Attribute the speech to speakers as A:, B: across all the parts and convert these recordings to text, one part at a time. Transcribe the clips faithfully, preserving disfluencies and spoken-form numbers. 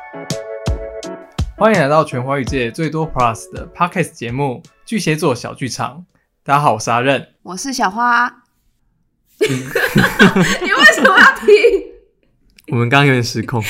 A: 欢迎来到全华语界最多 Plus 的 Podcast 节目《巨蟹座小剧场》。大家好，我是阿任，
B: 我是小花。你为什么要停？
A: 我们刚刚有点失控。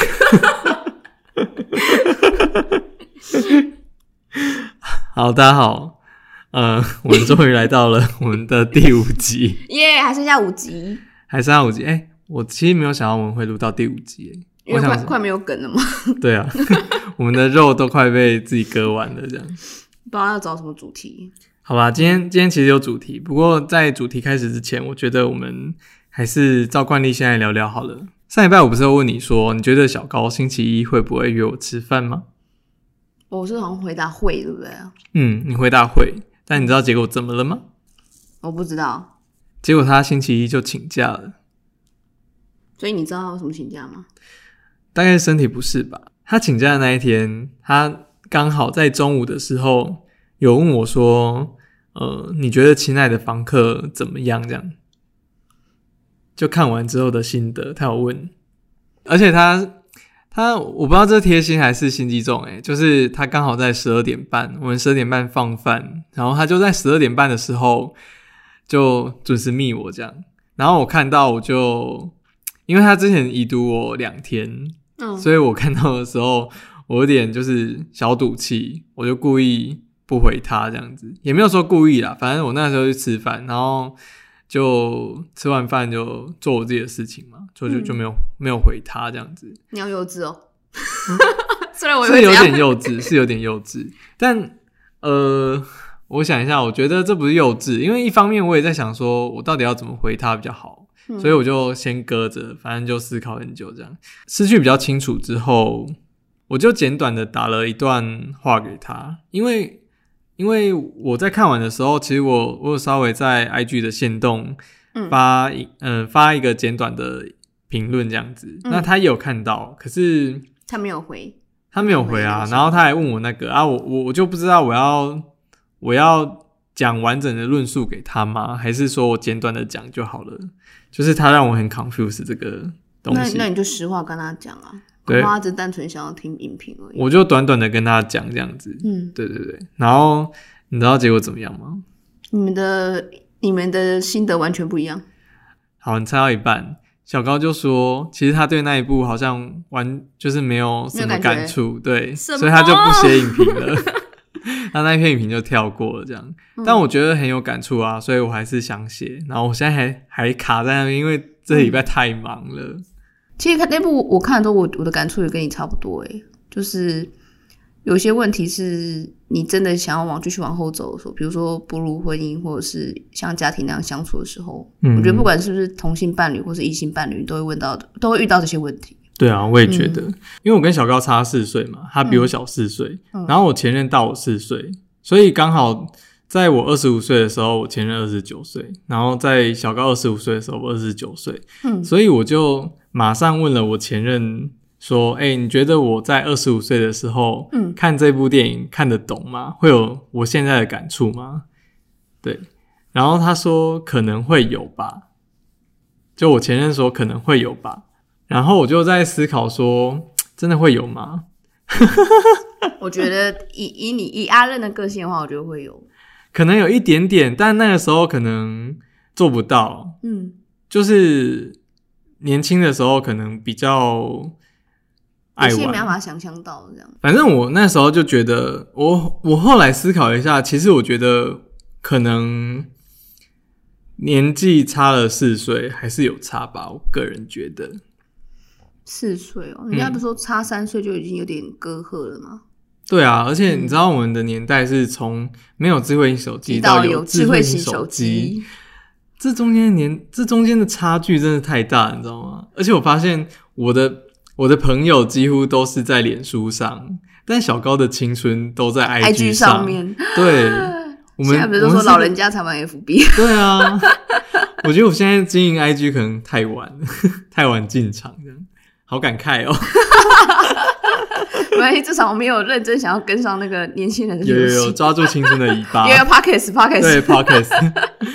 A: 好，大家好，呃，我们终于来到了我们的第五集，
B: 耶、yeah, 还剩下五集，
A: 还剩下五集。哎、欸，我其实没有想到我们会录到第五集、欸，
B: 因为快快没有梗了嘛。
A: 对啊，我们的肉都快被自己割完了，这样。
B: 不知道要找什么主题。
A: 好吧，今天今天其实有主题，不过在主题开始之前，我觉得我们还是照惯例先来聊聊好了。上礼拜我不是有问你说，你觉得小高星期一会不会约我吃饭吗？
B: 我是好像回答会，对不对？
A: 嗯，你回答会，但你知道结果怎么了吗？
B: 我不知道。
A: 结果他星期一就请假了。
B: 所以你知道他为什么请假吗？
A: 大概身体不适吧。他请假的那一天，他刚好在中午的时候有问我说，呃，你觉得亲爱的房客怎么样？这样，就看完之后的心得，他有问，而且他他我不知道这贴心还是心机重诶，就是他刚好在十二点半，我们十二点半放饭，然后他就在十二点半的时候就准时密我这样，然后我看到我就，因为他之前已读我两天，嗯，所以我看到的时候我有点就是小赌气，我就故意不回他这样子，也没有说故意啦，反正我那时候去吃饭，然后就吃完饭就做我自己的事情嘛，就就就没有、嗯、没有回他这样子。
B: 你好幼稚哦，虽然我
A: 是有点幼稚，是有点幼稚，但呃，我想一下，我觉得这不是幼稚，因为一方面我也在想说，我到底要怎么回他比较好，嗯、所以我就先搁着，反正就思考很久这样，思绪比较清楚之后，我就简短的打了一段话给他，因为。因为我在看完的时候，其实我我有稍微在 I G 的限动发嗯、呃、发一个简短的评论这样子、嗯，那他也有看到，可是
B: 他没有回，
A: 他没有回啊，然后他还问我那个啊，我我我就不知道我要我要讲完整的论述给他吗？还是说我简短的讲就好了？就是他让我很 confuse 这个东西。
B: 那那你就实话跟他讲啊。
A: 对，
B: 他只单纯想要听音频而已。
A: 我就短短的跟他讲这样子，嗯，对对对。然后你知道结果怎么样吗？
B: 你们的你们的心得完全不一样。
A: 好，你猜到一半，小高就说，其实他对那一部好像完就是没有什么感触，对，所以他就不写影评了。他那一篇影评就跳过了，这样、嗯。但我觉得很有感触啊，所以我还是想写。然后我现在还还卡在那边，因为这礼拜太忙了。嗯，
B: 其实那部我看的时候，我我的感触也跟你差不多诶，就是有些问题是你真的想要往继续往后走的时候，比如说步入婚姻，或者是像家庭那样相处的时候，嗯，我觉得不管是不是同性伴侣或是异性伴侣，都会问到的，都会遇到这些问题。
A: 对啊，我也觉得，嗯、因为我跟小高差四岁嘛，他比我小四岁、嗯，然后我前任大我四岁，所以刚好。在我二十五岁的时候，我前任二十九岁，然后在小高二十五岁的时候，我二十九岁，嗯，所以我就马上问了我前任说：“哎、欸，你觉得我在二十五岁的时候，嗯，看这部电影看得懂吗？会有我现在的感触吗？”对，然后他说可能会有吧，就我前任说可能会有吧，然后我就在思考说，真的会有吗？
B: 我觉得以以你以阿任的个性的话，我觉得会有。
A: 可能有一点点，但那个时候可能做不到。嗯，就是年轻的时候可能比较爱玩，
B: 有些没办法想象到这样。
A: 反正我那时候就觉得，我我后来思考一下，其实我觉得可能年纪差了四岁还是有差吧，我个人觉得。
B: 四岁哦，人家不是说差三岁就已经有点隔阂了吗？
A: 对啊，而且你知道我们的年代是从没有智慧型手机到有智慧型手机，这中间的年这中间的差距真的太大，你知道吗？而且我发现我的我的朋友几乎都是在脸书上，但小高的青春都在 I G 上,
B: 上面。
A: 对，我们
B: 现在不是都说老人家才玩 F B？
A: 对啊，我觉得我现在经营 I G 可能太晚了，太晚进场这样。好感慨哦。
B: 没关系，至少我没有认真想要跟上那个年轻人的游戏，
A: 有有有抓住青春的尾巴。
B: 因为 Podcast Podcast
A: 对 Podcast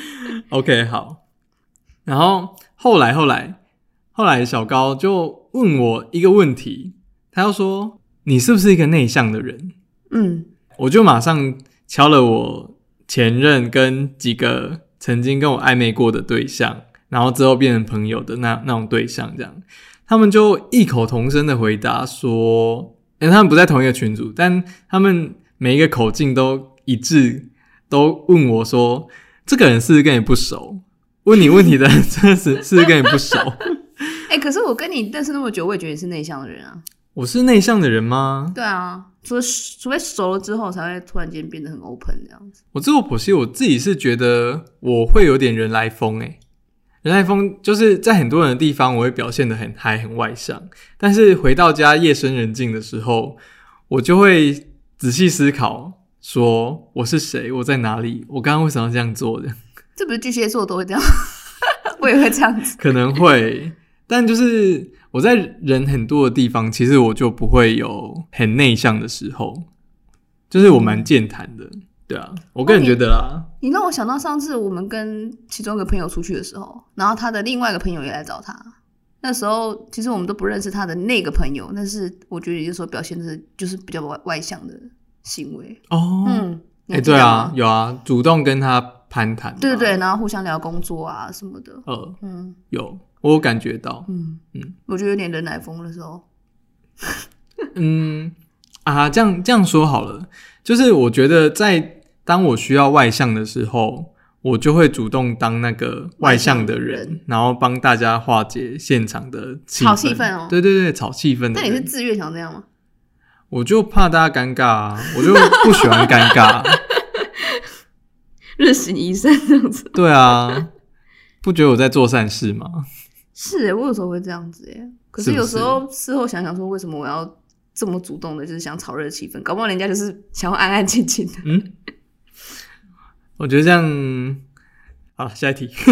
A: OK 好。然后后来后来后来小高就问我一个问题，他要说你是不是一个内向的人？
B: 嗯，
A: 我就马上敲了我前任跟几个曾经跟我暧昧过的对象，然后之后变成朋友的那那种对象，这样他们就异口同声的回答说，因为他们不在同一个群组，但他们每一个口径都一致，都问我说，这个人是不是跟你不熟？问你问题的人真的是是不是跟你不熟？
B: 哎、欸，可是我跟你认识那么久，我也觉得你是内向的人啊。
A: 我是内向的人吗？
B: 对啊，除非除非熟了之后才会突然间变得很 open 这样子。
A: 我自我剖析，我自己是觉得我会有点人来疯诶、欸。人来疯就是在很多人的地方，我会表现得很嗨、很外向，但是回到家夜深人静的时候，我就会仔细思考，说我是谁，我在哪里，我刚刚为什么要这样做的？
B: 这不是巨蟹座都会这样，我也会这样子，
A: 可能会，但就是我在人很多的地方，其实我就不会有很内向的时候，就是我蛮健谈的。对啊，我个人觉得啦、哦
B: 你。你让我想到上次我们跟其中一个朋友出去的时候，然后他的另外一个朋友也来找他。那时候其实我们都不认识他的那个朋友，但是我觉得有时候表现的就是比较外外向的行为。
A: 哦，
B: 嗯，
A: 哎、欸，对啊，有啊，主动跟他攀谈。
B: 对对对，然后互相聊工作啊什么的。
A: 呃，
B: 嗯，
A: 有，我有感觉到。
B: 嗯
A: 嗯，
B: 我觉得有点人来疯的时候。
A: 嗯啊，这样这样说好了，就是我觉得在当我需要外向的时候，我就会主动当那个外向的 人, 人然后帮大家化解现场的气氛，
B: 炒气氛哦。
A: 对对对，炒气氛的人。
B: 那你是自愿想这样吗？
A: 我就怕大家尴尬啊，我就不喜欢尴尬。
B: 日行一善这样子。
A: 对啊，不觉得我在做善事吗？
B: 是耶，我有时候会这样子耶。可是有时候事后想想说，为什么我要这么主动的，就是想炒热气氛？搞不好人家就是想要安安静静的。
A: 嗯，我觉得这样好了，下一题。
B: 欸，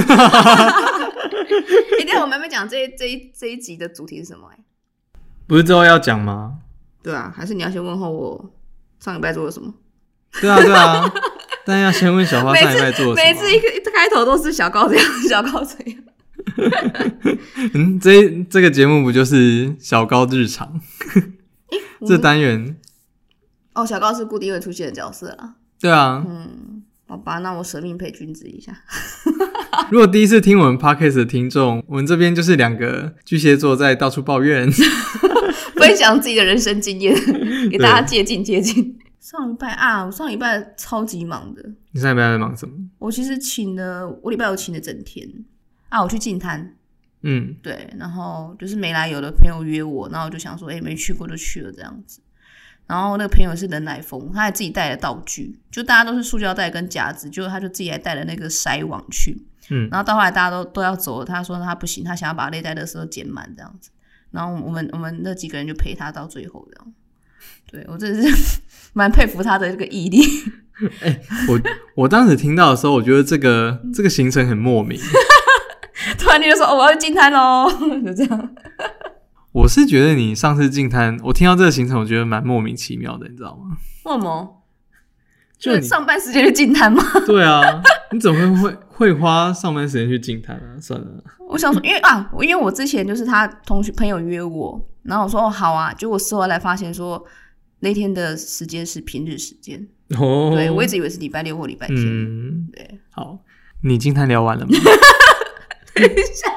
B: 等一下我们还没讲这这一这一集的主题是什么？哎，
A: 不是之后要讲吗？
B: 对啊，还是你要先问候我上礼拜做了什么？
A: 对啊，对啊，但要先问小花上礼拜做了什么。
B: 每次每次一个一开头都是小高这样，小高这样。
A: 嗯，这这个节目不就是小高日常？这单元
B: 哦，小高是固定会出现的角色啦。
A: 对啊，
B: 嗯，好吧，那我舍命陪君子一下。
A: 如果第一次听我们 podcast 的听众，我们这边就是两个巨蟹座在到处抱怨，
B: 分享自己的人生经验，给大家借鉴借鉴。上礼拜啊，我上礼拜超级忙的。
A: 你上礼拜在忙什么？
B: 我其实请了，我礼拜有请了整天啊，我去净滩。
A: 嗯，
B: 对，然后就是没来由的朋友约我，然后我就想说，哎、欸，没去过就去了这样子。然后那个朋友是人来疯，他还自己带了道具，就大家都是塑胶袋跟夹子，就他就自己还带了那个筛网去。
A: 嗯，
B: 然后到后来大家都都要走了，他说他不行，他想要把内袋的时候捡满这样子。然后我们我们那几个人就陪他到最后这样。对，我真的是蛮佩服他的这个毅力。
A: 哎、欸，我我当时听到的时候，我觉得这个这个行程很莫名。
B: 突然你就说、哦、我要去净滩咯，就这样。
A: 我是觉得你上次净滩，我听到这个行程，我觉得蛮莫名其妙的，你知道吗？
B: 为什么？
A: 就你
B: 上班时间去净滩吗？
A: 对啊，你怎么会会花上班时间去净滩啊？算了，
B: 我想说，因为啊，因为我之前就是他同学朋友约我，然后我说哦好啊，结果事后来发现说那天的时间是平日时间。
A: 哦，
B: 对，我一直以为是礼拜六或礼拜天。
A: 嗯，
B: 对，
A: 好，你净滩聊完了吗？
B: 等一下。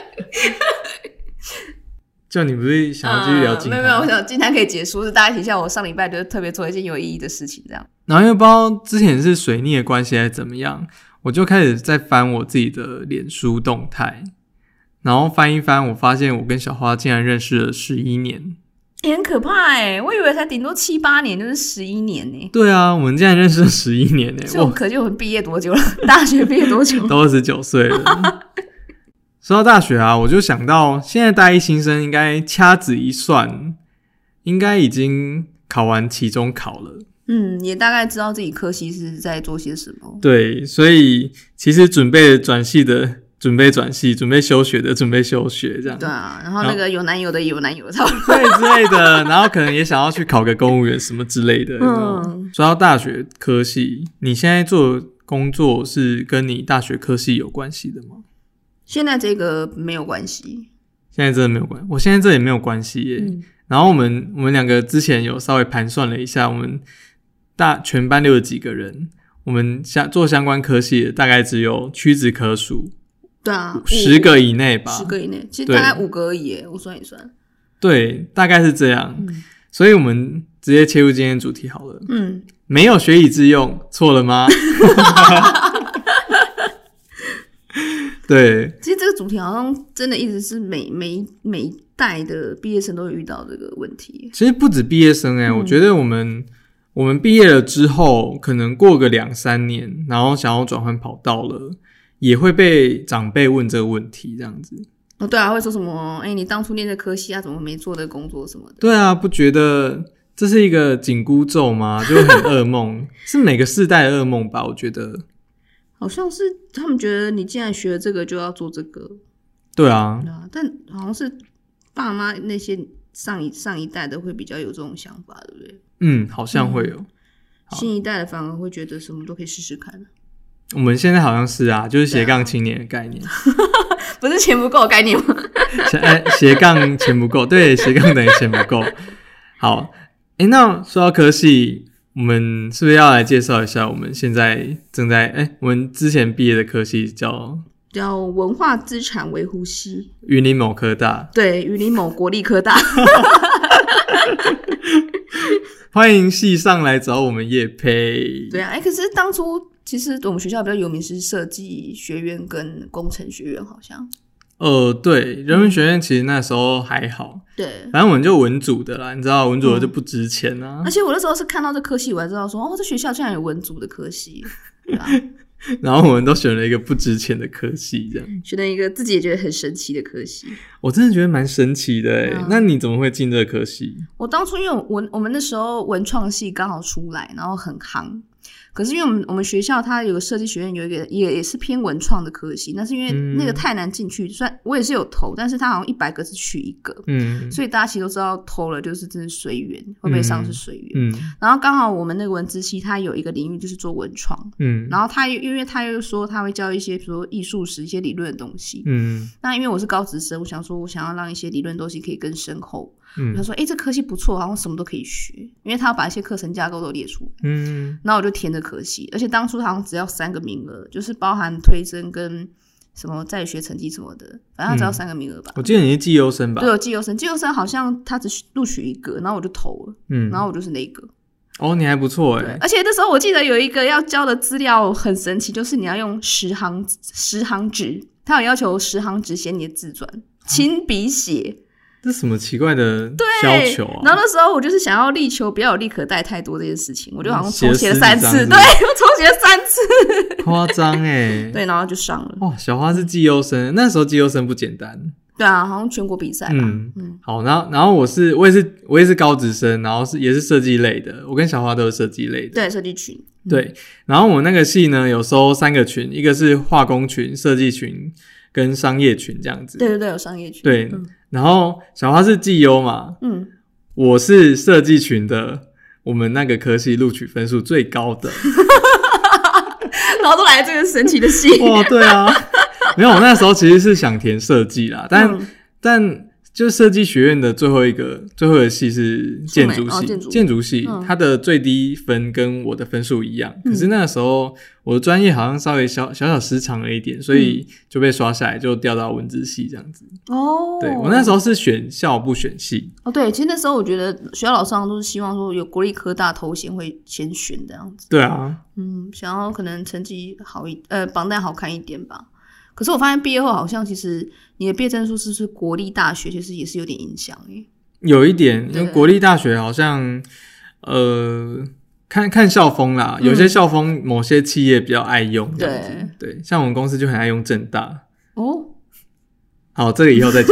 A: 就你不是想要继续聊净滩、
B: 嗯？没有没有，我想净滩可以结束，是大家提一下我上礼拜就是特别做一件有意义的事情，这样。
A: 然后因为不知道之前是水逆的关系还是怎么样，我就开始在翻我自己的脸书动态，然后翻一翻，我发现我跟小花竟然认识了十一年，
B: 也、欸、很可怕哎、欸！我以为才顶多七八年，就是十一年呢、欸。
A: 对啊，我们竟然认识了十一年呢、欸！
B: 所以我可见我们毕业多久了？大学毕业多久？
A: 都二十九岁了。说到大学啊，我就想到现在大一新生应该掐指一算，应该已经考完期中考了。
B: 嗯，也大概知道自己科系是在做些什么。
A: 对，所以其实准备转系的准备转系，准备休学的准备休学，这样。
B: 对啊，然后那个有男友的有男友，差不多
A: 对之类的，然后可能也想要去考个公务员什么之类的。嗯，说到大学科系，你现在做工作是跟你大学科系有关系的吗？
B: 现在这个没有关系，
A: 现在真的没有关系，我现在这也没有关系耶。嗯， 然后我们我们两个之前有稍微盘算了一下，我们大全班六十几个人，我们相做相关科系的大概只有屈指可数，
B: 对啊，
A: 十个以内吧，
B: 十个以内，其实大概五个而已耶，我算一算。
A: 对，大概是这样。嗯，所以我们直接切入今天的主题好了。嗯，没有学以致用，错了吗？对，
B: 其实这个主题好像真的一直是每每每一代的毕业生都会遇到这个问题。
A: 其实不止毕业生欸、嗯、我觉得我们我们毕业了之后，可能过个两三年，然后想要转换跑道了，也会被长辈问这个问题，这样子。
B: 哦，对啊，会说什么？哎、欸，你当初念的科系啊，怎么没做的工作什么的？
A: 对啊，不觉得这是一个紧箍咒吗？就很噩梦，是每个世代的噩梦吧？我觉得。
B: 好像是他们觉得你既然学了这个就要做这个，
A: 对啊，
B: 对啊，但好像是爸妈那些上一上一代的会比较有这种想法，对不对？
A: 嗯，好像会有。嗯、
B: 新一代的反而会觉得什么都可以试试看。
A: 我们现在好像是啊，就是斜杠青年的概念，
B: 不是钱不够的概念吗？
A: 斜杠钱不够，对，斜杠等于钱不够。好，诶，那说到科系。我们是不是要来介绍一下我们现在正在哎、欸，我们之前毕业的科系叫
B: 叫文化资产维护系，
A: 云林某科大，
B: 对，云林某国立科大。
A: 欢迎系上来找我们业配。
B: 对啊，哎、欸，可是当初其实我们学校比较有名是设计学院跟工程学院，好像。
A: 呃，对，人文学院其实那时候还好，
B: 对，
A: 反正我们就文组的啦，你知道文组的就不值钱啊、嗯。
B: 而且我那时候是看到这科系，我才知道说，哦，这学校竟然有文组的科系，对吧？
A: 然后我们都选了一个不值钱的科系，这样
B: 选了一个自己也觉得很神奇的科系。
A: 我真的觉得蛮神奇的诶、嗯、那你怎么会进这个科系？
B: 我当初因为我我们那时候文创系刚好出来，然后很夯。可是因为我们我们学校它有个设计学院，有一个也也是偏文创的科系，那是因为那个太难进去，虽然我也是有投，但是它好像一百个只取一个，嗯，所以大家其实都知道投了就是真的随缘，会不会上是随缘，嗯，然后刚好我们那个文资系它有一个领域就是做文创，嗯，然后它因为它又说它会教一些比如说艺术史一些理论的东西，嗯，那因为我是高职生，我想说我想要让一些理论东西可以更深厚。嗯，他说：“哎、欸，这科系不错，好像什么都可以学，因为他要把一些课程架构都列出来。”嗯，然后我就填这科系，而且当初好像只要三个名额，就是包含推甄跟什么在学成绩什么的，反正他只要三个名额吧、嗯。
A: 我记得你是技优生吧？
B: 对，有技优生，技优生好像他只录取一个，然后我就投了，嗯，然后我就是那个。
A: 哦，你还不错哎、欸！
B: 而且那时候我记得有一个要交的资料很神奇，就是你要用十行十行纸，他有要求十行纸写你的自传，亲笔写。
A: 这什么奇怪的要求啊？
B: 然后那时候我就是想要力求不要有立可带太多这件事情，我就好像重写了三次，对，我重写了三次，
A: 夸张哎！
B: 对，然后就上了。
A: 哇，小花是技优生，那时候技优生不简单。
B: 对啊，好像全国比赛吧。嗯
A: 嗯。好，然后然后我是我也是我也是高职生，然后是也是设计类的，我跟小花都是设计类的。
B: 对，设计群。
A: 对，然后我那个系呢有收三个群，一个是化工群、设计群跟商业群这样子。
B: 对对对，有商业群。
A: 对。嗯，然后小花是技优嘛，嗯，我是设计群的，我们那个科系录取分数最高的，
B: 然后都来这个神奇的系。
A: 哇，对啊，没有，我那时候其实是想填设计啦，但、嗯、但就设计学院的最后一个最后一个系是建筑系，哦、建筑建筑系、嗯，它的最低分跟我的分数一样，可是那个时候我的专业好像稍微小小小失常了一点，所以就被刷下来，就调到文资系这样子。哦，对，我那时候是选校不选系。
B: 哦，对，其实那时候我觉得学校老师好像都是希望说有国立科大头衔会先选这样子。
A: 对啊，
B: 嗯，想要可能成绩好一呃榜单好看一点吧。可是我发现毕业后好像其实你的毕业证书是不是国立大学其实也是有点影响耶。
A: 有一点，因为国立大学好像呃看看校风啦，有些校风某些企业比较爱用这样子、嗯、对, 对，像我们公司就很爱用政大。哦，好，这个以后再讲。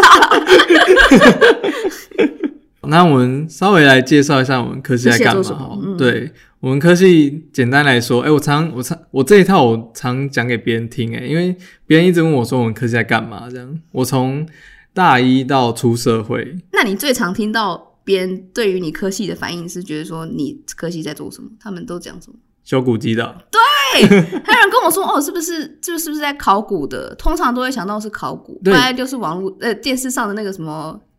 A: 那我们稍微来介绍一下我们科系在干嘛、嗯、对，我们科系简单来说，诶我常我常我这一套我常讲给别人听诶因为别人一直问我说我们科系在干嘛这样。我从大一到出社会。
B: 那你最常听到别人对于你科系的反应是觉得说你科系在做什么？他们都讲什么？
A: 修古迹的。
B: 对，还有人跟我说哦，是不是就是不是在考古的？通常都会想到是考古，不然就是网络呃电视上的那个什么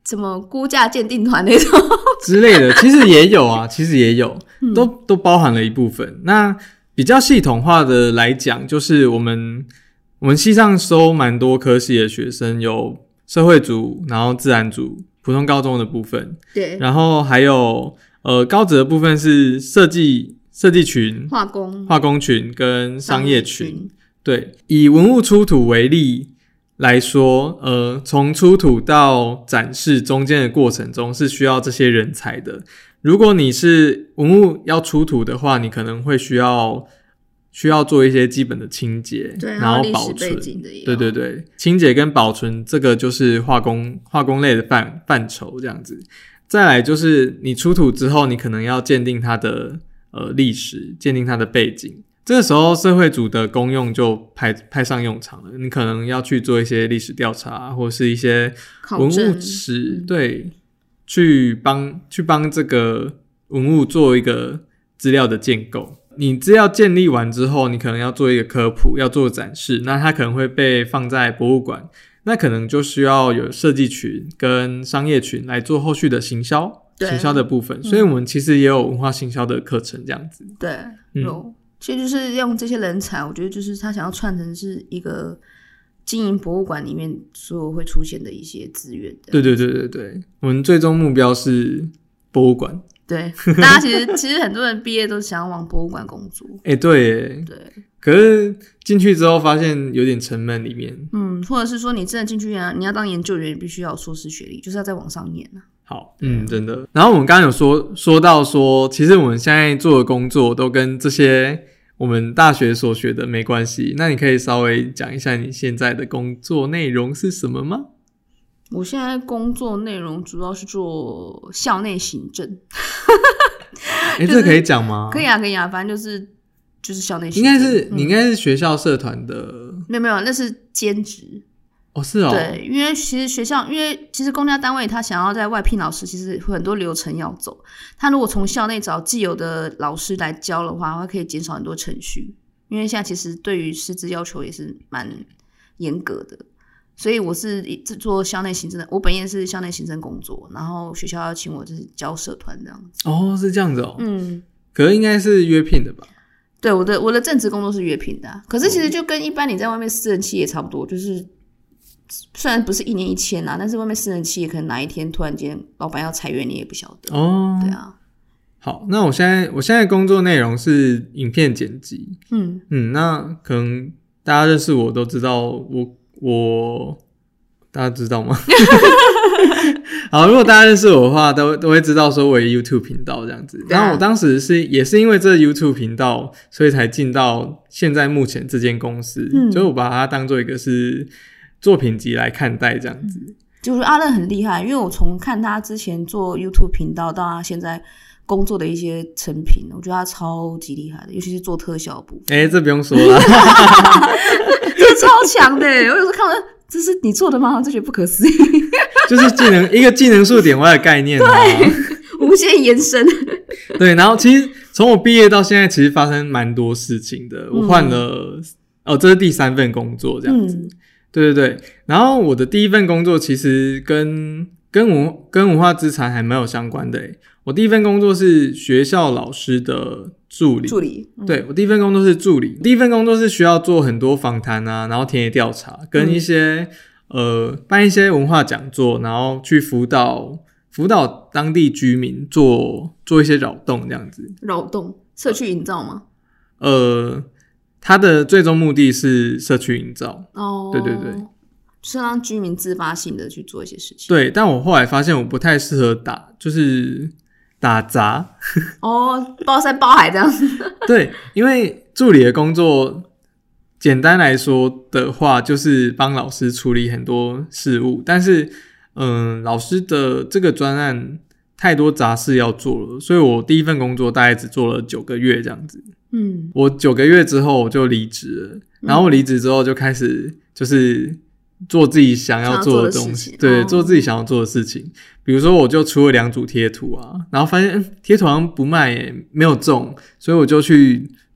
B: 什么估价鉴定团那种
A: 之类的，其实也有啊，其实也有，都都包含了一部分。那比较系统化的来讲，就是我们我们系上收蛮多科系的学生，有社会组，然后自然组，普通高中的部分，
B: 对，
A: 然后还有呃高职的部分是设计设计群、
B: 化工、
A: 化工群跟商业群。
B: 商业群
A: 对，以文物出土为例来说，呃，从出土到展示中间的过程中是需要这些人才的。如果你是文物要出土的话，你可能会需要需要做一些基本的清洁，
B: 对，
A: 然后保存。
B: 历史背景的也有
A: 对对对，清洁跟保存这个就是化工化工类的范范畴这样子。再来就是你出土之后，你可能要鉴定它的呃历史，鉴定它的背景。这个时候社会组的功用就派派上用场了，你可能要去做一些历史调查，或是一些文物史，嗯、对，去帮去帮这个文物做一个资料的建构。你资料建立完之后，你可能要做一个科普，要做展示，那它可能会被放在博物馆，那可能就需要有设计群跟商业群来做后续的行销，行销的部分。所以我们其实也有文化行销的课程这样子。
B: 对，有。嗯，其实就是用这些人才，我觉得就是他想要串成是一个经营博物馆里面所有会出现的一些资源。
A: 对对对对对，我们最终目标是博物馆。
B: 对，大家其实其实很多人毕业都想要往博物馆工作。
A: 哎、欸，对耶，
B: 对。
A: 可是进去之后发现有点沉闷里面。
B: 嗯，或者是说你真的进去啊，你要当研究员，必须要有硕士学历，就是要再往上念啊。
A: 好，嗯，真的。然后我们刚刚有说说到说，其实我们现在做的工作都跟这些我们大学所学的没关系。那你可以稍微讲一下你现在的工作内容是什么吗？
B: 我现在工作内容主要是做校内行政。
A: 哎、就是欸，这可以讲吗？
B: 可以啊，可以啊，反正就是就是校内行
A: 政。
B: 应
A: 该是、嗯、你应该是学校社团的。
B: 没有没有，那是兼职。
A: 哦，是哦。
B: 对，因为其实学校，因为其实公家单位他想要在外聘老师，其实会很多流程要走。他如果从校内找既有的老师来教的话，他可以减少很多程序。因为现在其实对于师资要求也是蛮严格的，所以我是做校内行政的。我本业是校内行政工作，然后学校要请我就是教社团这样子。
A: 哦，是这样子哦。
B: 嗯，
A: 可是应该是约聘的吧？
B: 对，我的我的正职工作是约聘的、啊，可是其实就跟一般你在外面私人企业差不多，就是虽然不是一年一签啊，但是外面私人企业可能哪一天突然间老板要裁员，你也不晓得。
A: 哦，
B: 对啊。
A: 好，那我现在我现在工作内容是影片剪辑。
B: 嗯
A: 嗯，那可能大家认识我都知道我我大家知道吗？好，如果大家认识我的话，都都会知道说我有 YouTube 频道这样子。然后我当时是也是因为这 YouTube 频道，所以才进到现在目前这间公司，嗯、就是我把它当做一个是作品集来看待这样子。
B: 就是阿乐很厉害，因为我从看他之前做 YouTube 频道到他现在工作的一些成品，我觉得他超级厉害的，尤其是做特效的部分。
A: 哎、欸，这不用说了，
B: 这超强的。我有时候看到这是你做的吗？这觉得不可思议。
A: 就是技能一个技能树点外的概念、啊，
B: 对，无限延伸。
A: 对，然后其实从我毕业到现在，其实发生蛮多事情的。我换了、嗯、哦，这是第三份工作，这样子。嗯、对对对，然后我的第一份工作其实跟跟文跟文化资产还蛮有相关的诶。我第一份工作是学校老师的助理，
B: 助理，
A: 嗯、对我第一份工作是助理。第一份工作是需要做很多访谈啊，然后田野调查，跟一些、嗯、呃办一些文化讲座，然后去辅导辅导当地居民做做一些扰动这样子。
B: 扰动社区营造吗？
A: 呃，它的最终目的是社区营造。哦，对对对。
B: 是让居民自发性的去做一些事情。
A: 对，但我后来发现我不太适合打，就是打杂。
B: 哦，包山包海这样子。
A: 对，因为助理的工作，简单来说的话，就是帮老师处理很多事务，但是，嗯，老师的这个专案太多杂事要做了，所以我第一份工作大概只做了九个月这样子。嗯，我九个月之后我就离职了，然后我离职之后就开始就是做自己想要做的东西，对、哦，做自己想要做的事情。比如说，我就出了两组贴图啊，然后发现贴图好像不卖耶，没有中，所以我就去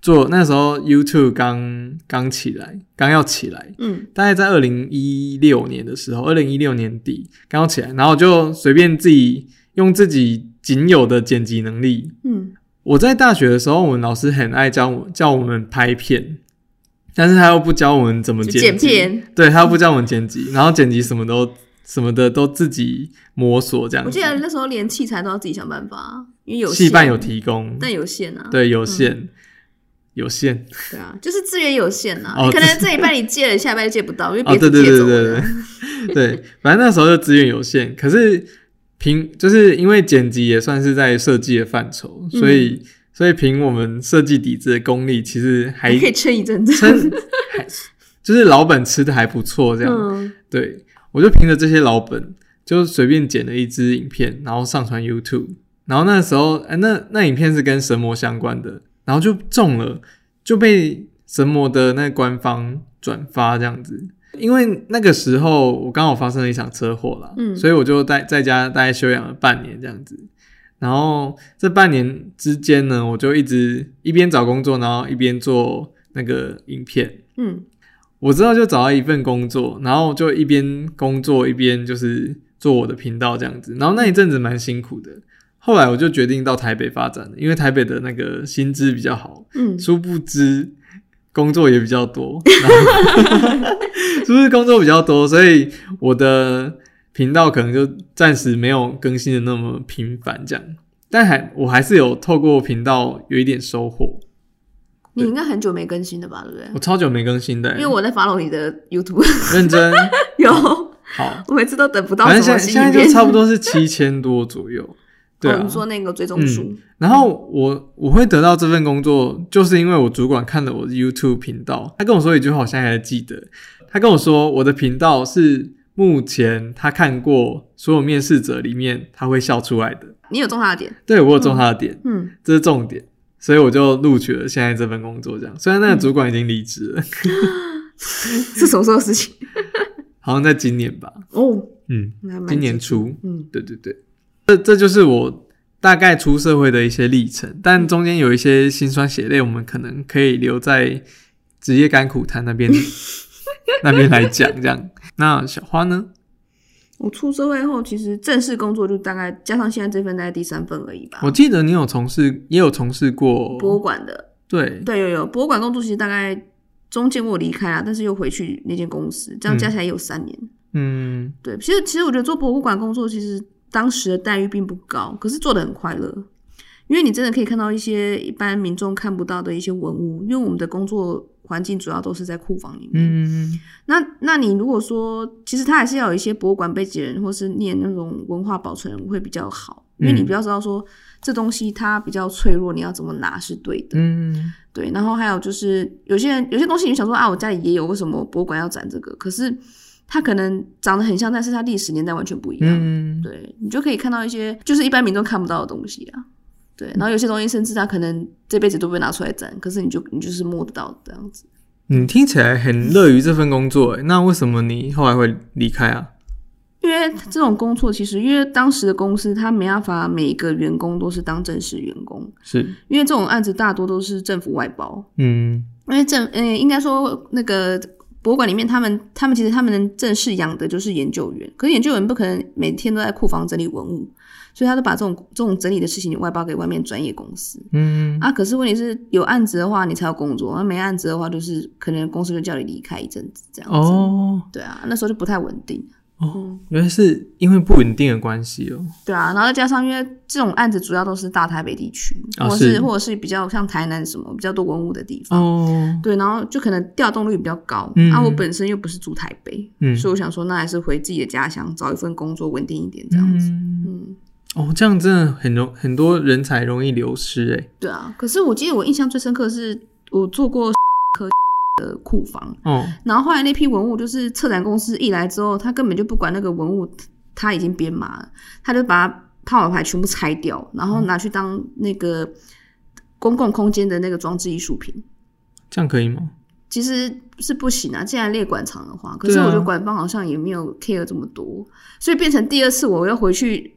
A: 做那时候 YouTube 刚刚起来，刚要起来，
B: 嗯，
A: 大概在二零一六年的时候，二零一六年底刚要起来，然后就随便自己用自己仅有的剪辑能力，
B: 嗯，
A: 我在大学的时候，我们老师很爱教我叫我们拍片，但是他又不教我们怎么剪辑，
B: 剪片，
A: 对，他又不教我们剪辑，然后剪辑什么都什么的都自己摸索这样子。
B: 我记得那时候连器材都要自己想办法，因为有限，
A: 系办有提供，
B: 但有限啊，
A: 对，有限。嗯，有限，
B: 对啊，就是资源有限啊，
A: 哦，
B: 可能这一半你借了，下一半就借不到，因为别
A: 人借走了。哦，对对对对对，对，反正那时候就资源有限，可是凭就是因为剪辑也算是在设计的范畴，所以、嗯、所以凭我们设计底子的功力，其实还
B: 可以撑一阵子，
A: 撑就是老本吃的还不错，这样、嗯。对，我就凭着这些老本，就随便剪了一支影片，然后上传 YouTube， 然后那时候，哎，那那影片是跟神魔相关的。然后就中了，就被神魔的那官方转发这样子。因为那个时候我刚好发生了一场车祸啦，嗯，所以我就在在家大概休养了半年这样子。然后这半年之间呢，我就一直一边找工作，然后一边做那个影片。嗯，我知道就找到一份工作，然后就一边工作一边就是做我的频道这样子。然后那一阵子蛮辛苦的。后来我就决定到台北发展了，因为台北的那个薪资比较好，嗯，殊不知工作也比较多，殊不知工作比较多，所以我的频道可能就暂时没有更新的那么频繁这样，但还我还是有透过频道有一点收获。
B: 你应该很久没更新了吧，对不对？
A: 我超久没更新的、欸，
B: 因为我在 follow 你的 YouTube，
A: 认真
B: 有
A: 好，
B: 我每次都等不到什么新影片，
A: 反正现在就差不多是七千多左右。对啊，
B: 哦、你说那个追踪数、嗯，
A: 然后我我会得到这份工作，就是因为我主管看了我的 YouTube 频道，他跟我说一句话，我现在还记得。他跟我说，我的频道是目前他看过所有面试者里面他会笑出来的。
B: 你有中他的点？
A: 对，我有中他的点，
B: 嗯，
A: 这是重点，所以我就录取了现在这份工作。这样，虽然那个主管已经离职了，
B: 嗯、是什么时候的事情？
A: 好像在今年吧。
B: 哦，
A: 嗯，今年初，
B: 嗯，
A: 对对对。这这就是我大概出社会的一些历程，但中间有一些辛酸血泪，我们可能可以留在职业甘苦谈那边那边来讲。这样，那小花呢？
B: 我出社会后，其实正式工作就大概加上现在这份大概第三份而已吧。
A: 我记得你有从事，也有从事过
B: 博物馆的，
A: 对
B: 对，有有博物馆工作，其实大概中间我离开了，但是又回去那间公司，这样加起来也有三年。嗯，对，其实其实我觉得做博物馆工作，其实当时的待遇并不高，可是做得很快乐，因为你真的可以看到一些一般民众看不到的一些文物，因为我们的工作环境主要都是在库房里面。嗯，那那你如果说，其实他还是要有一些博物馆背景人，或是念那种文化保存人会比较好，因为你比较知道说这东西它比较脆弱，你要怎么拿是对的。嗯，对。然后还有就是有些人有些东西你想说啊，我家里也有，为什么博物馆要展这个？可是它可能长得很像，但是它历史年代完全不一样。嗯，对，你就可以看到一些就是一般民众看不到的东西啊。对，然后有些东西甚至它可能这辈子都不会拿出来展，可是你就你就是摸得到这样子。
A: 你听起来很乐于这份工作，那为什么你后来会离开啊？
B: 因为这种工作其实，因为当时的公司它没办法每一个员工都是当正式员工，
A: 是
B: 因为这种案子大多都是政府外包。嗯，因为政呃应该说那个博物馆里面，他们他们其实他们正式养的就是研究员，可是研究员不可能每天都在库房整理文物，所以他都把这种这种整理的事情外包给外面专业公司。嗯啊，可是问题是有案子的话，你才有工作；那没案子的话，就是可能公司就叫你离开一阵子这样子。哦，对啊，那时候就不太稳定。
A: 哦，原来是因为不稳定的关系哦。
B: 对啊，然后再加上因为这种案子主要都是大台北地区，哦、或者是或者是比较像台南什么比较多文物的地方。哦，对，然后就可能调动率比较高。嗯，啊，我本身又不是住台北，嗯，所以我想说，那还是回自己的家乡找一份工作稳定一点这样子。嗯。嗯
A: 哦，这样真的很容很多人才容易流失诶。
B: 对啊，可是我记得我印象最深刻的是我做过科的库房，哦，然后后来那批文物就是策展公司一来之后，他根本就不管那个文物，他已经编码了，他就把它号码牌全部拆掉，然后拿去当那个公共空间的那个装置艺术品。
A: 这样可以吗？
B: 其实是不行啊，既然列馆藏的话，可是我觉得馆方好像也没有 care 这么多，所以变成第二次我要回去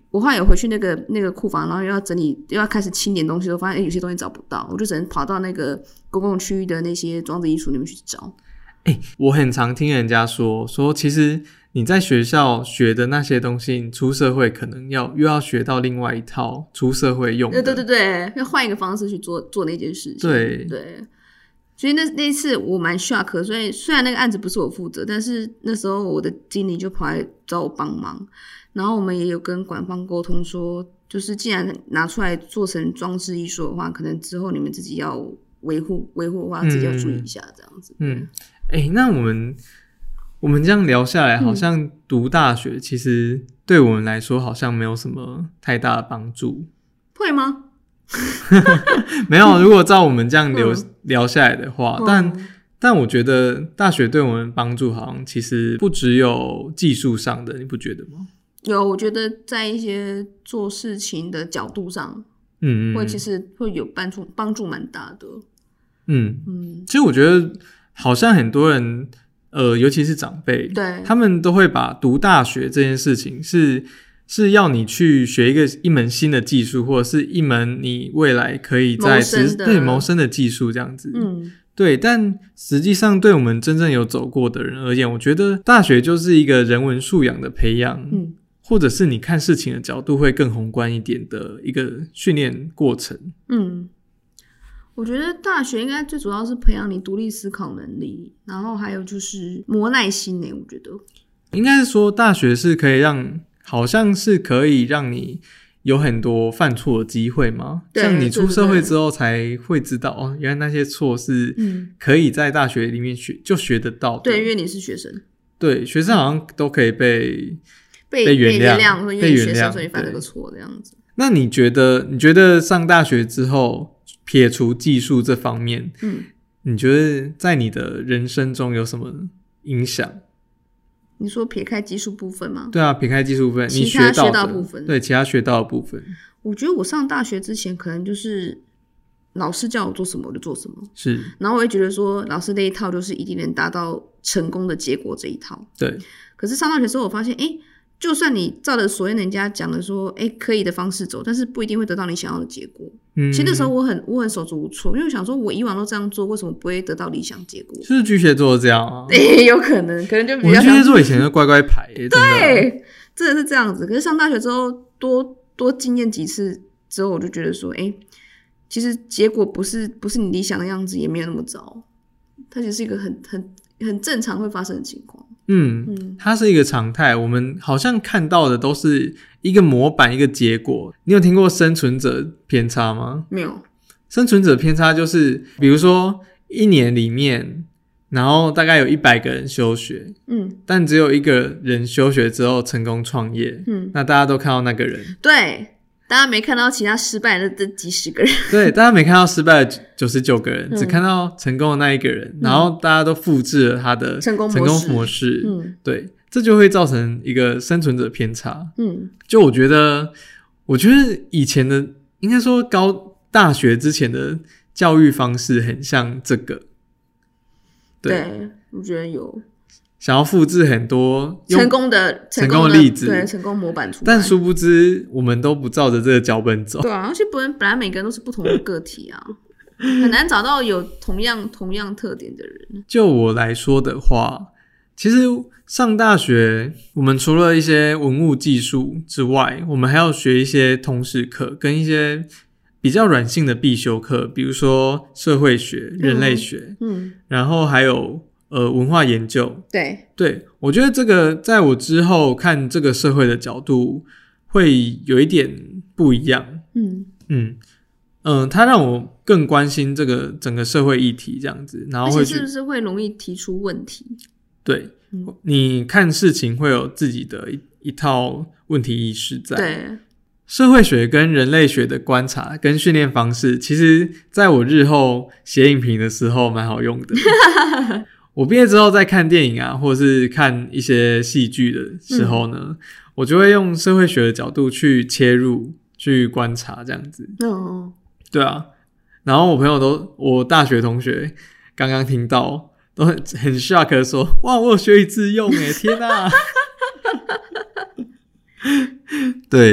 B: 我后来有回去那个那个库房，然后又要整理，又要开始清点东西，我发现、欸、有些东西找不到，我就只能跑到那个公共区域的那些装置艺术里面去找。
A: 欸，我很常听人家说说，其实你在学校学的那些东西，你出社会可能要又要学到另外一套出社会用的。
B: 对对对对，要换一个方式去做做那件事情。
A: 对
B: 对，所以那那一次我蛮 shock， 所以虽然那个案子不是我负责，但是那时候我的经理就跑来找我帮忙，然后我们也有跟馆方沟通说，就是既然拿出来做成装置艺术的话，可能之后你们自己要维护维护的话，自己要注意一下这样子。
A: 嗯，哎、欸，那我们我们这样聊下来，好像读大学、嗯、其实对我们来说好像没有什么太大的帮助，
B: 会吗？
A: 没有，如果照我们这样聊、嗯、聊下来的话，
B: 嗯、
A: 但但我觉得大学对我们帮助好像其实不只有技术上的，你不觉得吗？
B: 有，我觉得在一些做事情的角度上，嗯，会其实会有帮助，帮助蛮大的。
A: 嗯嗯，其实我觉得好像很多人，呃，尤其是长辈，
B: 对，
A: 他们都会把读大学这件事情是是要你去学一个一门新的技术，或者是一门你未来可以在职对谋生的技术这样子。嗯，对，但实际上对我们真正有走过的人而言，我觉得大学就是一个人文素养的培养，嗯，或者是你看事情的角度会更宏观一点的一个训练过程。
B: 嗯。我觉得大学应该最主要是培养你独立思考能力，然后还有就是磨耐心耶。我觉得
A: 应该是说大学是可以让，好像是可以让你有很多犯错的机会吗？像你出社会之后才会知道，哦，原来那些错是可以在大学里面学、嗯、就学得到的。
B: 对，因为你是学生。
A: 对，学生好像都可以被
B: 被
A: 被原谅，
B: 谅因为你学生所以犯了个错这样子。
A: 那你觉得你觉得上大学之后，撇除技术这方面，嗯，你觉得在你的人生中有什么影响？
B: 你说撇开技术部分吗？
A: 对啊，撇开技术部分，
B: 其他
A: 你学到的
B: 学到部分，
A: 对，其他学到的部分。
B: 我觉得我上大学之前，可能就是老师叫我做什么我就做什么，
A: 是。然
B: 后我会觉得说，老师那一套就是一定能达到成功的结果这一套。
A: 对。
B: 可是上大学之后，我发现，哎。就算你照着所谓人家讲的说，哎，可以的方式走，但是不一定会得到你想要的结果。嗯，其实那时候我很我很手足无措，因为我想说，我以往都这样做，为什么不会得到理想结果？
A: 就是巨蟹座这样啊，
B: 哎，有可能，可能就比较。
A: 我们巨蟹座以前就乖乖牌，
B: 对，真的是这样子。可是上大学之后，多多经验几次之后，我就觉得说，哎，其实结果不是不是你理想的样子，也没有那么糟，它其实是一个很很很正常会发生的情况。
A: 嗯, 嗯，它是一个常态，我们好像看到的都是一个模板一个结果。你有听过生存者偏差吗？
B: 没有。
A: 生存者偏差就是比如说一年里面，然后大概有一百个人休学，嗯，但只有一个人休学之后成功创业，嗯，那大家都看到那个人。
B: 对，大家没看到其他失败的这几十个人。
A: 对，大家没看到失败的九十九个人、嗯、只看到成功的那一个人、嗯、然后大家都复制了他的
B: 成功模式,
A: 成功模式嗯，对，这就会造成一个生存者偏差。嗯，就我觉得我觉得以前的应该说高大学之前的教育方式很像这个。 对,
B: 对，我觉得有
A: 想要复制很多
B: 成功的
A: 成功的例子，
B: 对，成功模板出来，
A: 但殊不知我们都不照着这个脚本走。
B: 对啊，而且本来每个人都是不同的个体啊，很难找到有同样同样特点的人。
A: 就我来说的话，其实上大学我们除了一些文物技术之外，我们还要学一些通识课跟一些比较软性的必修课，比如说社会学、人类学， 嗯, 嗯，然后还有呃，文化研究。
B: 对
A: 对，我觉得这个在我之后看这个社会的角度会有一点不一样。嗯嗯嗯、呃，它让我更关心这个整个社会议题这样子，然后会
B: 而且是不是会容易提出问题？
A: 对、嗯、你看事情会有自己的 一, 一套问题意识在。
B: 对，
A: 社会学跟人类学的观察跟训练方式，其实在我日后写影评的时候蛮好用的。我毕业之后在看电影啊，或者是看一些戏剧的时候呢、嗯、我就会用社会学的角度去切入去观察这样子。哦，对啊，然后我朋友都我大学同学刚刚听到都很很 shock 的说，哇，我有学以致用耶，天哪。对，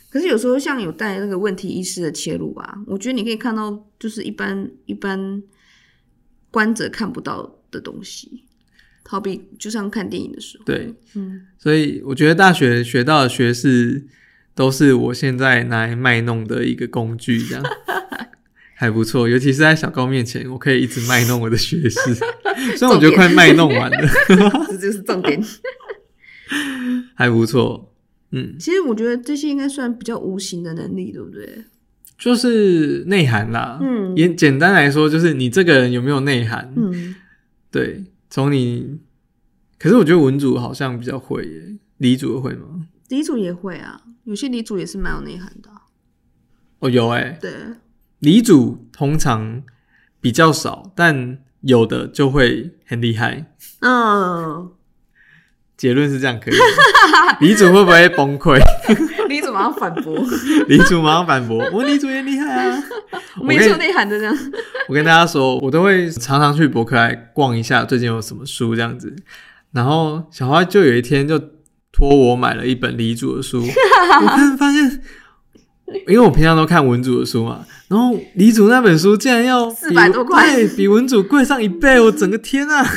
B: 可是有时候像有带那个问题意识的切入啊，我觉得你可以看到就是一般一般观者看不到的东西，好比就像看电影的时候。
A: 对，
B: 嗯，
A: 所以我觉得大学学到的学识都是我现在拿来卖弄的一个工具，这样还不错。尤其是在小高面前，我可以一直卖弄我的学识，虽然我觉得快卖弄完了，
B: 这就是重点，
A: 还不错。嗯，
B: 其实我觉得这些应该算比较无形的能力，对不对？
A: 就是内涵啦。
B: 嗯，
A: 也简单来说，就是你这个人有没有内涵。
B: 嗯，
A: 对，从你，可是我觉得文组好像比较会耶，理组会吗？
B: 理组也会啊，有些理组也是蛮有内涵的、啊。
A: 哦，有诶。
B: 对，
A: 理组通常比较少，但有的就会很厉害。
B: 嗯，
A: 结论是这样可以吗？理组会不会崩溃？
B: 理组马上反驳，
A: 理组马上反驳，我理组也厉害啊，
B: 我没说内涵的这样。
A: 我跟大家说，我都会常常去博客来逛一下，最近有什么书这样子。然后小花就有一天就托我买了一本理组的书，我看发现，因为我平常都看文组的书嘛，然后理组那本书竟然要
B: 四百多块，
A: 对，比文组贵上一倍，我整个天啊！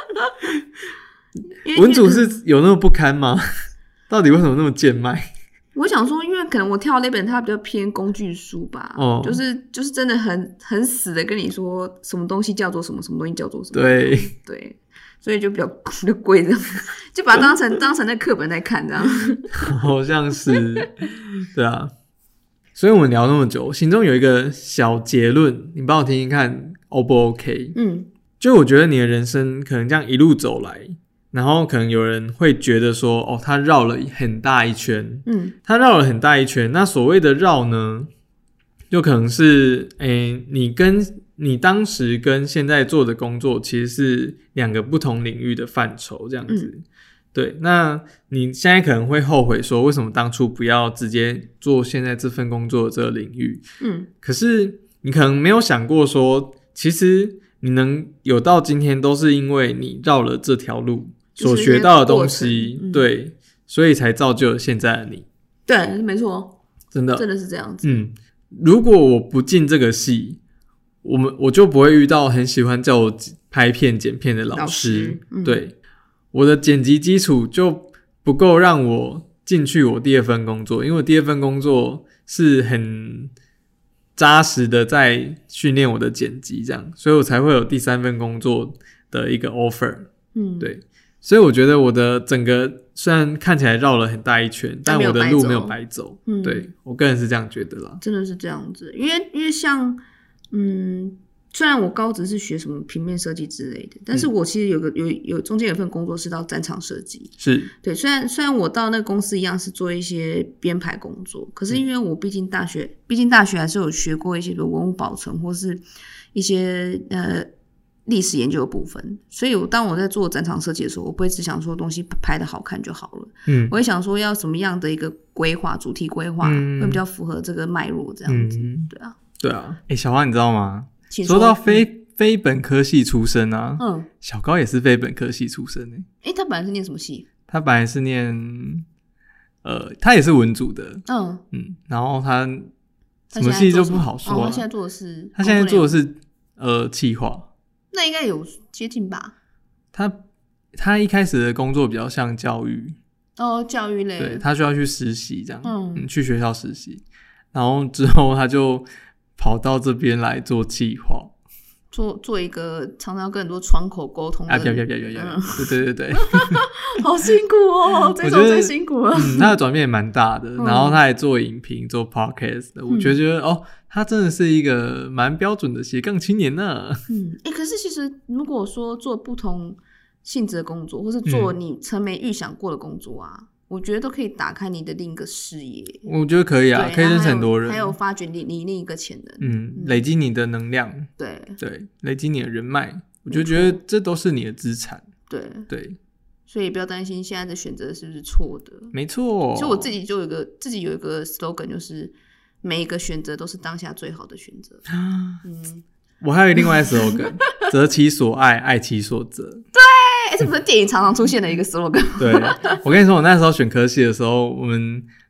A: 文组是有那么不堪吗？到底为什么那么贱卖？
B: 我想说，因为可能我挑那本它比较偏工具书吧，
A: 哦，
B: 就是就是真的很很死的跟你说什么东西叫做什么，什么东西叫做什么，
A: 对
B: 对，所以就比较比较贵这样，就把它当成当成那课本在看这样，
A: 好像是，对啊。所以我们聊那么久，心中有一个小结论，你帮我听听看 O 不 OK？
B: 嗯，
A: 就我觉得你的人生可能这样一路走来，然后可能有人会觉得说，哦，他绕了很大一圈，
B: 嗯，
A: 他绕了很大一圈。那所谓的绕呢，就可能是，诶，你跟你当时跟现在做的工作其实是两个不同领域的范畴，这样子。嗯，对，那你现在可能会后悔说，为什么当初不要直接做现在这份工作的这个领域？
B: 嗯，
A: 可是你可能没有想过说，其实你能有到今天，都是因为你绕了这条路所学到的东西，嗯，对，所以才造就了现在的你。
B: 对，没错，
A: 真的，
B: 真的是这样子。
A: 嗯，如果我不进这个系，我们我就不会遇到很喜欢叫我拍片剪片的老师。老师嗯，对。我的剪辑基础就不够让我进去我第二份工作，因为我第二份工作是很扎实的在训练我的剪辑，这样，所以我才会有第三份工作的一个 offer。嗯，对，所以我觉得我的整个虽然看起来绕了很大一圈，但我的路没有白走。嗯，对，我个人是这样觉得啦。
B: 真的是这样子，因为因为像嗯。虽然我高职是学什么平面设计之类的，但是我其实有个有有中间有份工作是到展场设计，
A: 是
B: 对。虽然虽然我到那个公司一样是做一些编排工作，可是因为我毕竟大学，毕竟大学还是有学过一些文物保存或是一些呃历史研究的部分，所以我当我在做展场设计的时候，我不会只想说东西拍得好看就好了，嗯，我会想说要什么样的一个规划，主题规划、嗯、会比较符合这个脉络，这样子，嗯、对啊，
A: 对啊。哎、欸，小花你知道吗？说, 说到非、嗯、非本科系出身啊，嗯，小高也是非本科系出身诶、
B: 欸。诶，他本来是念什么系？
A: 他本来是念，呃，他也是文组的，嗯嗯，然后他什么系就不好说、啊。
B: 哦，他现在做的是，
A: 他现在做的是呃企划，
B: 那应该有接近吧？
A: 他他一开始的工作比较像教育，
B: 哦，教育类，
A: 对，他需要去实习这样，嗯，嗯去学校实习，然后之后他就跑到这边来做企划，
B: 做做一个常常跟很多窗口沟通的，
A: 啊，对对对对对，嗯、对对对对，
B: 好辛苦哦，这种最辛苦了。
A: 嗯，他的转变也蛮大的，嗯、然后他还做影评、做 podcast 的，我觉得、觉得、嗯、哦，他真的是一个蛮标准的斜杠青年呢。
B: 嗯，哎、欸，可是其实如果说做不同性质的工作，或是做你曾没预想过的工作啊。嗯，我觉得都可以打开你的另一个视野，
A: 我觉得可以啊，可以认识很多人，
B: 还有发掘你你另一个潜能，
A: 嗯，嗯累积你的能量，
B: 对
A: 对，累积你的人脉，我就觉得这都是你的资产，
B: 对
A: 对，
B: 所以不要担心现在的选择是不是错的，
A: 没错。
B: 所以我自己就有一个自己有一个 slogan， 就是每一个选择都是当下最好的选择。嗯，
A: 我还有另外一个 slogan， 择其所爱，爱其所择。
B: 对。欸、这不是电影常常出现的一个 slogan
A: 对，我跟你说，我那时候选科系的时候，我们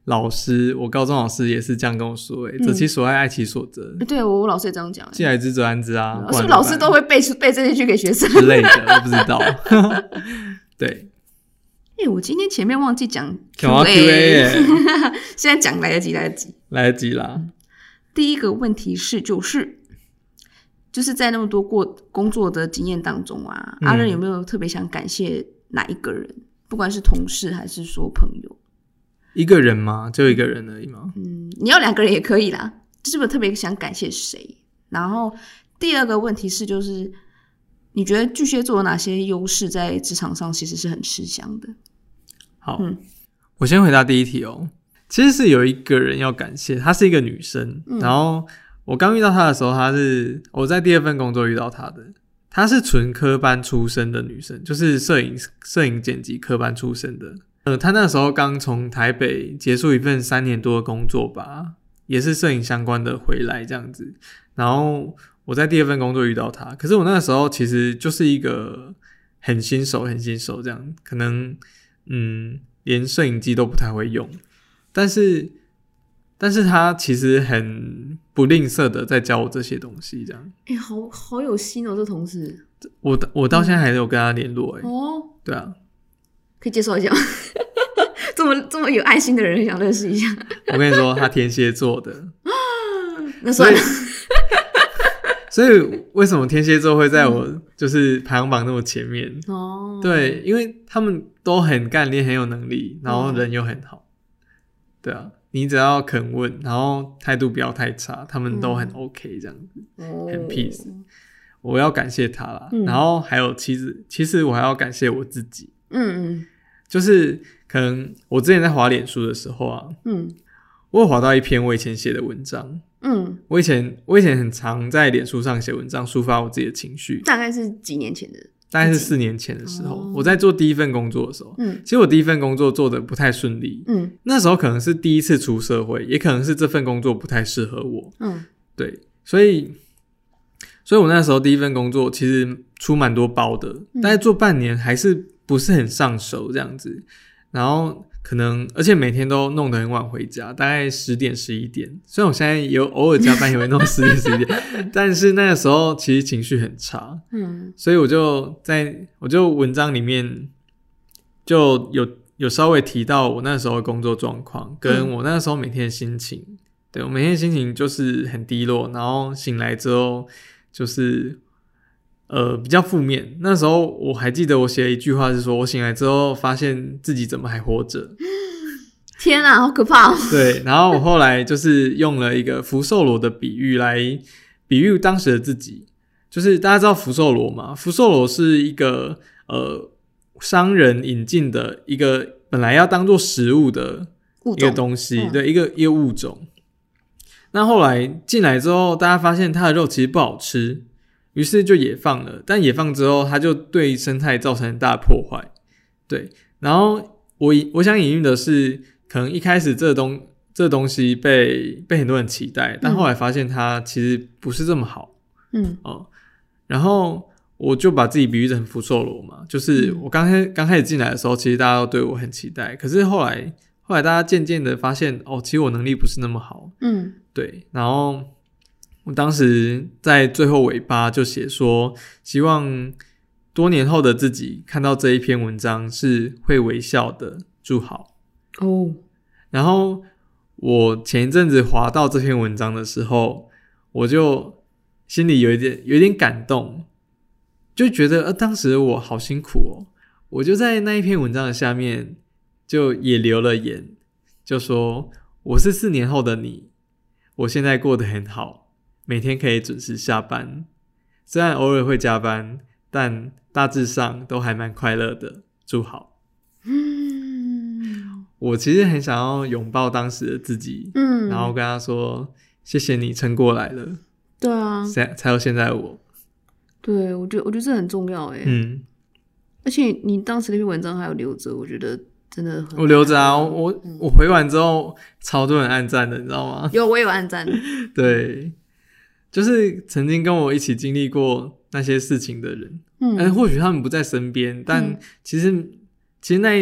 A: 老师，我高中老师也是这样跟我说、欸，择、嗯、其所爱，爱其所择。
B: 对，我老师也这样讲、欸。
A: 既来之则安之啊，
B: 是不是老师都会背背这些句给学生
A: 之类的？我不知道。对。
B: 哎、欸，我今天前面忘记讲
A: Q A，
B: 欸、现在讲来得及，来得及，
A: 来得及啦。
B: 第一个问题是，就是就是在那么多过工作的经验当中啊，嗯、阿任有没有特别想感谢哪一个人？不管是同事还是说朋友？
A: 一个人吗？就一个人而已吗？
B: 嗯，你要两个人也可以啦。就是不是特别想感谢谁？然后第二个问题是，就是你觉得巨蟹座有哪些优势在职场上其实是很吃香的？
A: 好，嗯，我先回答第一题哦。其实是有一个人要感谢，她是一个女生，嗯、然后我刚遇到她的时候，她是我在第二份工作遇到她的，她是纯科班出身的女生，就是摄影摄影剪辑科班出身的。呃，她那时候刚从台北结束一份三年多的工作吧，也是摄影相关的回来这样子。然后我在第二份工作遇到她，可是我那个时候其实就是一个很新手很新手这样，可能嗯连摄影机都不太会用。但是，但是他其实很不吝啬的在教我这些东西，这样。
B: 哎、欸，好好有心哦，这同事。
A: 我我到现在还有跟他联络，哎、欸。
B: 哦。
A: 对啊。可
B: 以介绍一下吗？这么这么有爱心的人，想认识一下。
A: 我跟你说，他天蝎座的。
B: 那算了。
A: 所以，所以为什么天蝎座会在我就是排行榜那么前面？哦。对，因为他们都很干练，很有能力，然后人又很好。对啊，你只要肯问，然后态度不要太差，他们都很 OK 这样子，嗯、很 peace。我要感谢他啦，嗯、然后还有其实其实我还要感谢我自己，嗯嗯，就是可能我之前在滑脸书的时候啊，嗯，我有滑到一篇我以前写的文章，嗯，我以前我以前很常在脸书上写文章，抒发我自己的情绪，
B: 大概是几年前的。
A: 大概是四年前的时候、哦、我在做第一份工作的时候、嗯、其实我第一份工作做得不太顺利、嗯、那时候可能是第一次出社会，也可能是这份工作不太适合我、嗯、对，所以所以我那时候第一份工作其实出蛮多包的、嗯、大概做半年还是不是很上手这样子，然后可能而且每天都弄得很晚回家，大概十点十一点，虽然我现在有偶尔加班也会弄十点十一点但是那个时候其实情绪很差，嗯，所以我就在我就文章里面就有有稍微提到我那时候的工作状况跟我那时候每天的心情、嗯、对，我每天的心情就是很低落，然后醒来之后就是呃，比较负面。那时候我还记得我写了一句话是说，我醒来之后发现自己怎么还活着。
B: 天啊，好可怕哦。
A: 对，然后我后来就是用了一个福寿螺的比喻来比喻当时的自己，就是大家知道福寿螺吗？福寿螺是一个呃商人引进的一个本来要当做食物的一个东西，嗯、对，一个一个物种。那后来进来之后，大家发现它的肉其实不好吃。于是就野放了，但野放之后它就对生态造成很大的破坏，对。然后我我想隐喻的是，可能一开始这东这东西被被很多人期待，但后来发现它其实不是这么好，嗯哦。然后我就把自己比喻成福寿螺嘛，就是我刚开刚开始进来的时候，其实大家都对我很期待，可是后来后来大家渐渐的发现，哦，其实我能力不是那么好，嗯，对。然后我当时在最后尾巴就写说，希望多年后的自己看到这一篇文章是会微笑的，祝好哦。然后我前一阵子滑到这篇文章的时候，我就心里有一点有一点感动，就觉得呃，当时我好辛苦哦。我就在那一篇文章的下面就也留了言，就说我是四年后的你，我现在过得很好，每天可以准时下班，虽然偶尔会加班，但大致上都还蛮快乐的，祝好。嗯，我其实很想要拥抱当时的自己，嗯，然后跟他说谢谢你撑过来了。
B: 对啊，
A: 才有现在我。
B: 对，我觉得我觉得这很重要耶。嗯，而且你当时那篇文章还有留着，我觉得真的很。
A: 我留着啊，我、嗯、我回完之后超多人按赞的，你知道吗？
B: 有，我有按赞。
A: 对。就是曾经跟我一起经历过那些事情的人，嗯，或许他们不在身边，但其实、嗯、其实那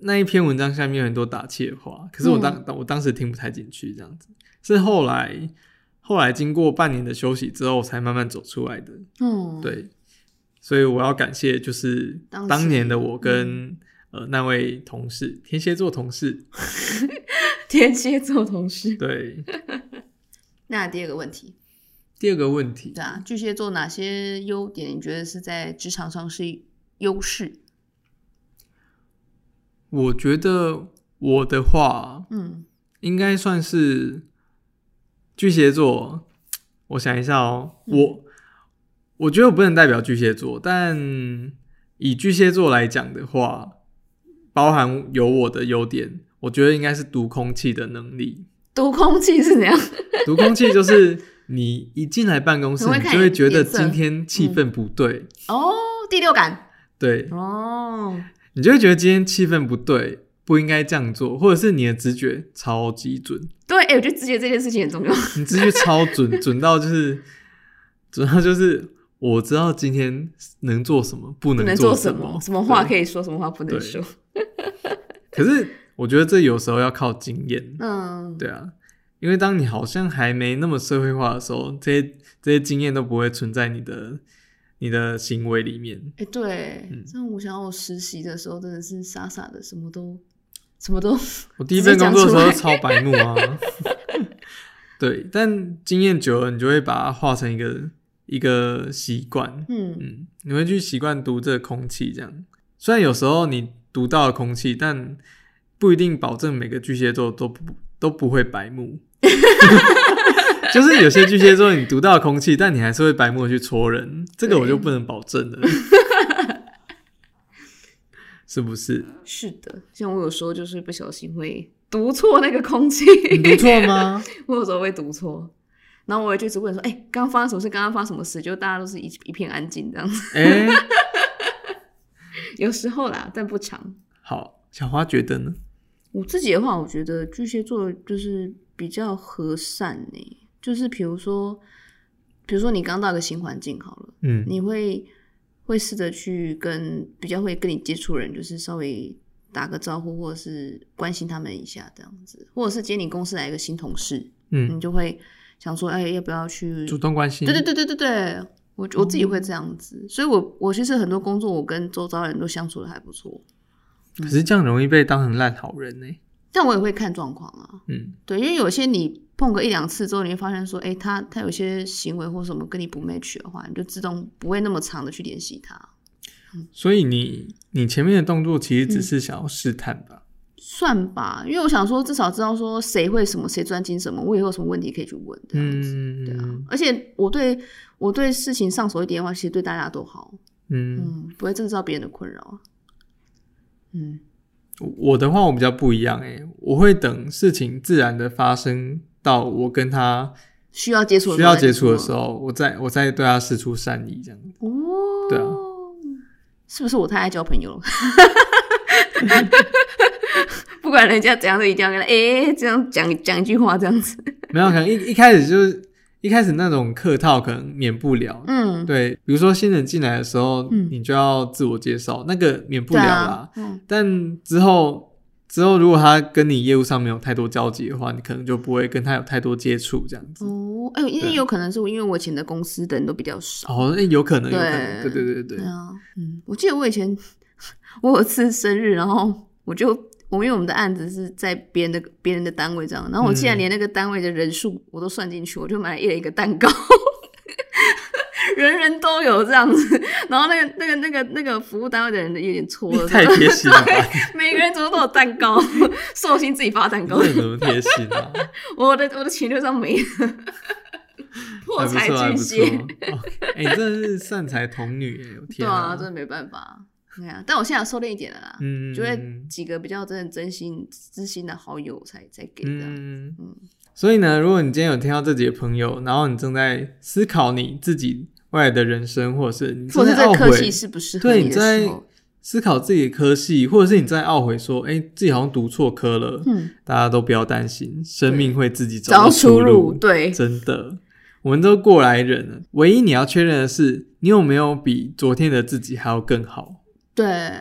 A: 那一篇文章下面有很多打气的话，可是我当、嗯、我当时听不太进去，这样子是后来后来经过半年的休息之后才慢慢走出来的。嗯，对，所以我要感谢就是当年的我跟、嗯、呃那位同事，天蝎座同事，
B: 天蝎座同事，
A: 对。
B: 那第二个问题，
A: 第二个问题，
B: 对啊，巨蟹座哪些优点你觉得是在职场上是优势？
A: 我觉得我的话，嗯，应该算是巨蟹座。我想一下哦，嗯、我我觉得我不能代表巨蟹座，但以巨蟹座来讲的话，包含有我的优点，我觉得应该是读空气的能力。
B: 读空气是怎样？
A: 读空气就是你一进来办公室，你就会觉得今天气氛不对、
B: 嗯、哦，第六感，
A: 对哦，你就会觉得今天气氛不对，不应该这样做，或者是你的直觉超级准。
B: 对，哎、欸，我觉得直觉这件事情很重要。
A: 你直觉超准，准到就是准到就是我知道今天能做什么，不能做什么，
B: 不能做什么，什么话可以说，什么话不能说。
A: 可是我觉得这有时候要靠经验，嗯，对啊，因为当你好像还没那么社会化的时候，这些这些经验都不会存在你的你的行为里面。
B: 哎、欸，对，像、嗯、我想要我实习的时候，真的是傻傻的，什么都什么都。我
A: 第一份工作的时候超白目啊，对，但经验久了，你就会把它化成一个一个习惯，嗯嗯，你会去习惯读这个空气，这样。虽然有时候你读到了空气，但不一定保证每个巨蟹座都不都不会白目，就是有些巨蟹座你读到空气，但你还是会白目去戳人，这个我就不能保证了，是不是？
B: 是的，像我有时候就是不小心会读错那个空气，
A: 你读错吗？
B: 我有时候会读错，然后我也就一直问说：“哎、欸，刚刚发生什么事？刚刚发生什么事？”就大家都是一一片安静这样子。哎、欸，有时候啦，但不常。
A: 好，小花觉得呢？
B: 我自己的话，我觉得巨蟹座就是比较和善呢、欸，就是比如说，比如说你刚到一个新环境好了，嗯，你会会试着去跟比较会跟你接触人，就是稍微打个招呼，或者是关心他们一下这样子，或者是今天你公司来一个新同事，嗯，你就会想说，哎、欸，要不要去
A: 主动关心？
B: 对对对对对对，我我自己会这样子，嗯、所以我我其实很多工作我跟周遭人都相处的还不错。
A: 可是这样容易被当成烂好人呢、欸。
B: 但我也会看状况啊，嗯，对，因为有些你碰个一两次之后，你会发现说，哎、欸，他他有些行为或什么跟你不 match 的话，你就自动不会那么长的去联系他。
A: 嗯、所以你你前面的动作其实只是想要试探吧、嗯？
B: 算吧，因为我想说至少知道说谁会什么，谁专精什么，我以后有什么问题可以去问这样子，嗯、对啊。而且我对我对事情上手一点的话，其实对大家都好，嗯嗯，不会制造别人的困扰。嗯，
A: 我的话我比较不一样诶、欸，我会等事情自然的发生到我跟他
B: 需要接触
A: 需要接触的时候，我再我再对他释出善意，这样。哦，对啊，
B: 是不是我太爱交朋友了？不管人家怎样，都一定要跟他哎、欸、这样讲讲一句话这样子。
A: 没有，可能一一开始就是。一开始那种客套可能免不了，嗯，对，比如说新人进来的时候，嗯，你就要自我介绍，那个免不了啦，啊嗯、但之后之后如果他跟你业务上没有太多交集的话，你可能就不会跟他有太多接触这样子。
B: 哦，哎、欸，因为有可能是因为我以前的公司的人都比较少，
A: 哦，欸、有可能，有可能，对对对对对
B: 啊，嗯，我记得我以前我有次生日，然后我就。我因为我们的案子是在别人的别人的单位这样，然后我竟然连那个单位的人数我都算进去，嗯、我就买了一人一个蛋糕，人人都有这样子。然后那个那个那个那个服务单位的人有点错了，
A: 太贴心了吧？
B: 每个人怎么都有蛋糕，寿星自己发蛋糕，
A: 怎么贴心啊？
B: 我的我的钱就这样没了，破财巨蟹。
A: 哎、欸，真的是善财童女哎、欸！我天、啊，
B: 对啊，真的没办法。对啊，但我现在收敛一点了啦，嗯，就会几个比较真的真心知心的好友才才给这样，嗯嗯。
A: 所以呢，如果你今天有听到这集的朋友，然后你正在思考你自己未来的人生，或者是你正在懊悔，
B: 或者这个科系适不适合你的时候，
A: 对，你在思考自己的科系，或者是你在懊悔说，哎、欸，自己好像读错科了，嗯，大家都不要担心，生命会自己找到出路，
B: 对，
A: 真的。我们都过来人了，唯一你要确认的是，你有没有比昨天的自己还要更好。
B: 对，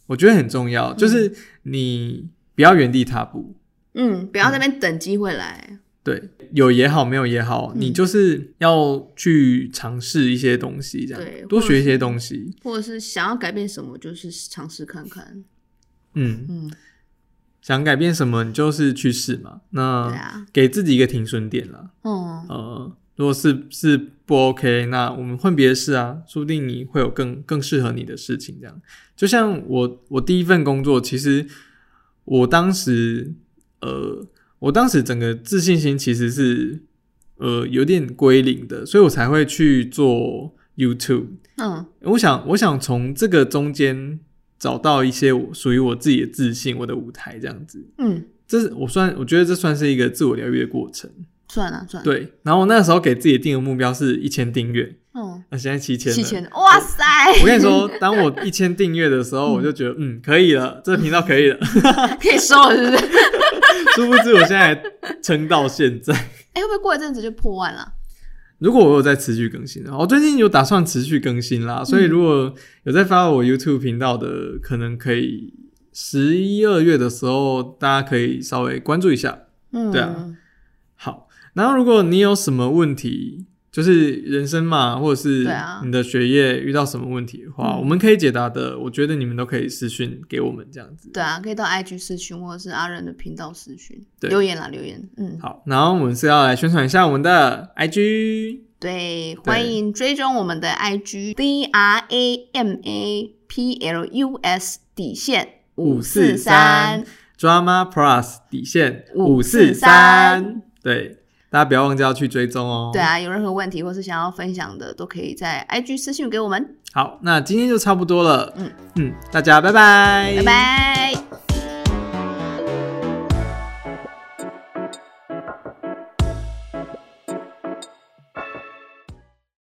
A: 我觉得很重要，嗯、就是你不要原地踏步，
B: 嗯，不要在那边等机会来。嗯
A: 对，有也好，没有也好，嗯、你就是要去尝试一些东西，这样对，多学一些东西，
B: 或者是想要改变什么，就是尝试看看。
A: 嗯嗯，想改变什么，你就是去试嘛。那给自己一个停损点啦。嗯呃，如果是是不 OK， 那我们换别的事啊，说不定你会有更更适合你的事情。这样，就像我我第一份工作，其实我当时呃。我当时整个自信心其实是呃有点归零的，所以我才会去做 YouTube。嗯，我想我想从这个中间找到一些属于我自己的自信，我的舞台这样子。嗯，这是我算我觉得这算是一个自我疗愈的过程。
B: 算了算了。
A: 对，然后我那时候给自己定的目标是一千订阅。嗯，那现在七千了。
B: 七千，哇塞！
A: 我跟你说，当我一千订阅的时候，我就觉得嗯可以了，这个频道可以了，
B: 可以收了，是不是？
A: 殊不知我现在还撑到现在。
B: 哎、欸，会不会过一阵子就破万了？
A: 如果我有在持续更新的话，我最近有打算持续更新啦，所以如果有在发我 YouTube 频道的，可能可以十一二月的时候，大家可以稍微关注一下。嗯，对啊。好，然后如果你有什么问题，就是人生嘛，或者是你的学业遇到什么问题的话，啊、我们可以解答的。我觉得你们都可以私讯给我们这样子。
B: 对啊，可以到 I G 私讯或者是阿仁的频道私讯留言啦，留言。嗯，
A: 好，然后我们是要来宣传一下我们的 I G。
B: 对，欢迎追踪我们的 I G D R A M A P L U S 底线五四三
A: Drama Plus 底线五四三。对。大家不要忘记要去追踪哦。
B: 对啊，有任何问题或是想要分享的，都可以在 I G 私讯给我们。
A: 好，那今天就差不多了。嗯嗯，大家拜拜，
B: 拜拜。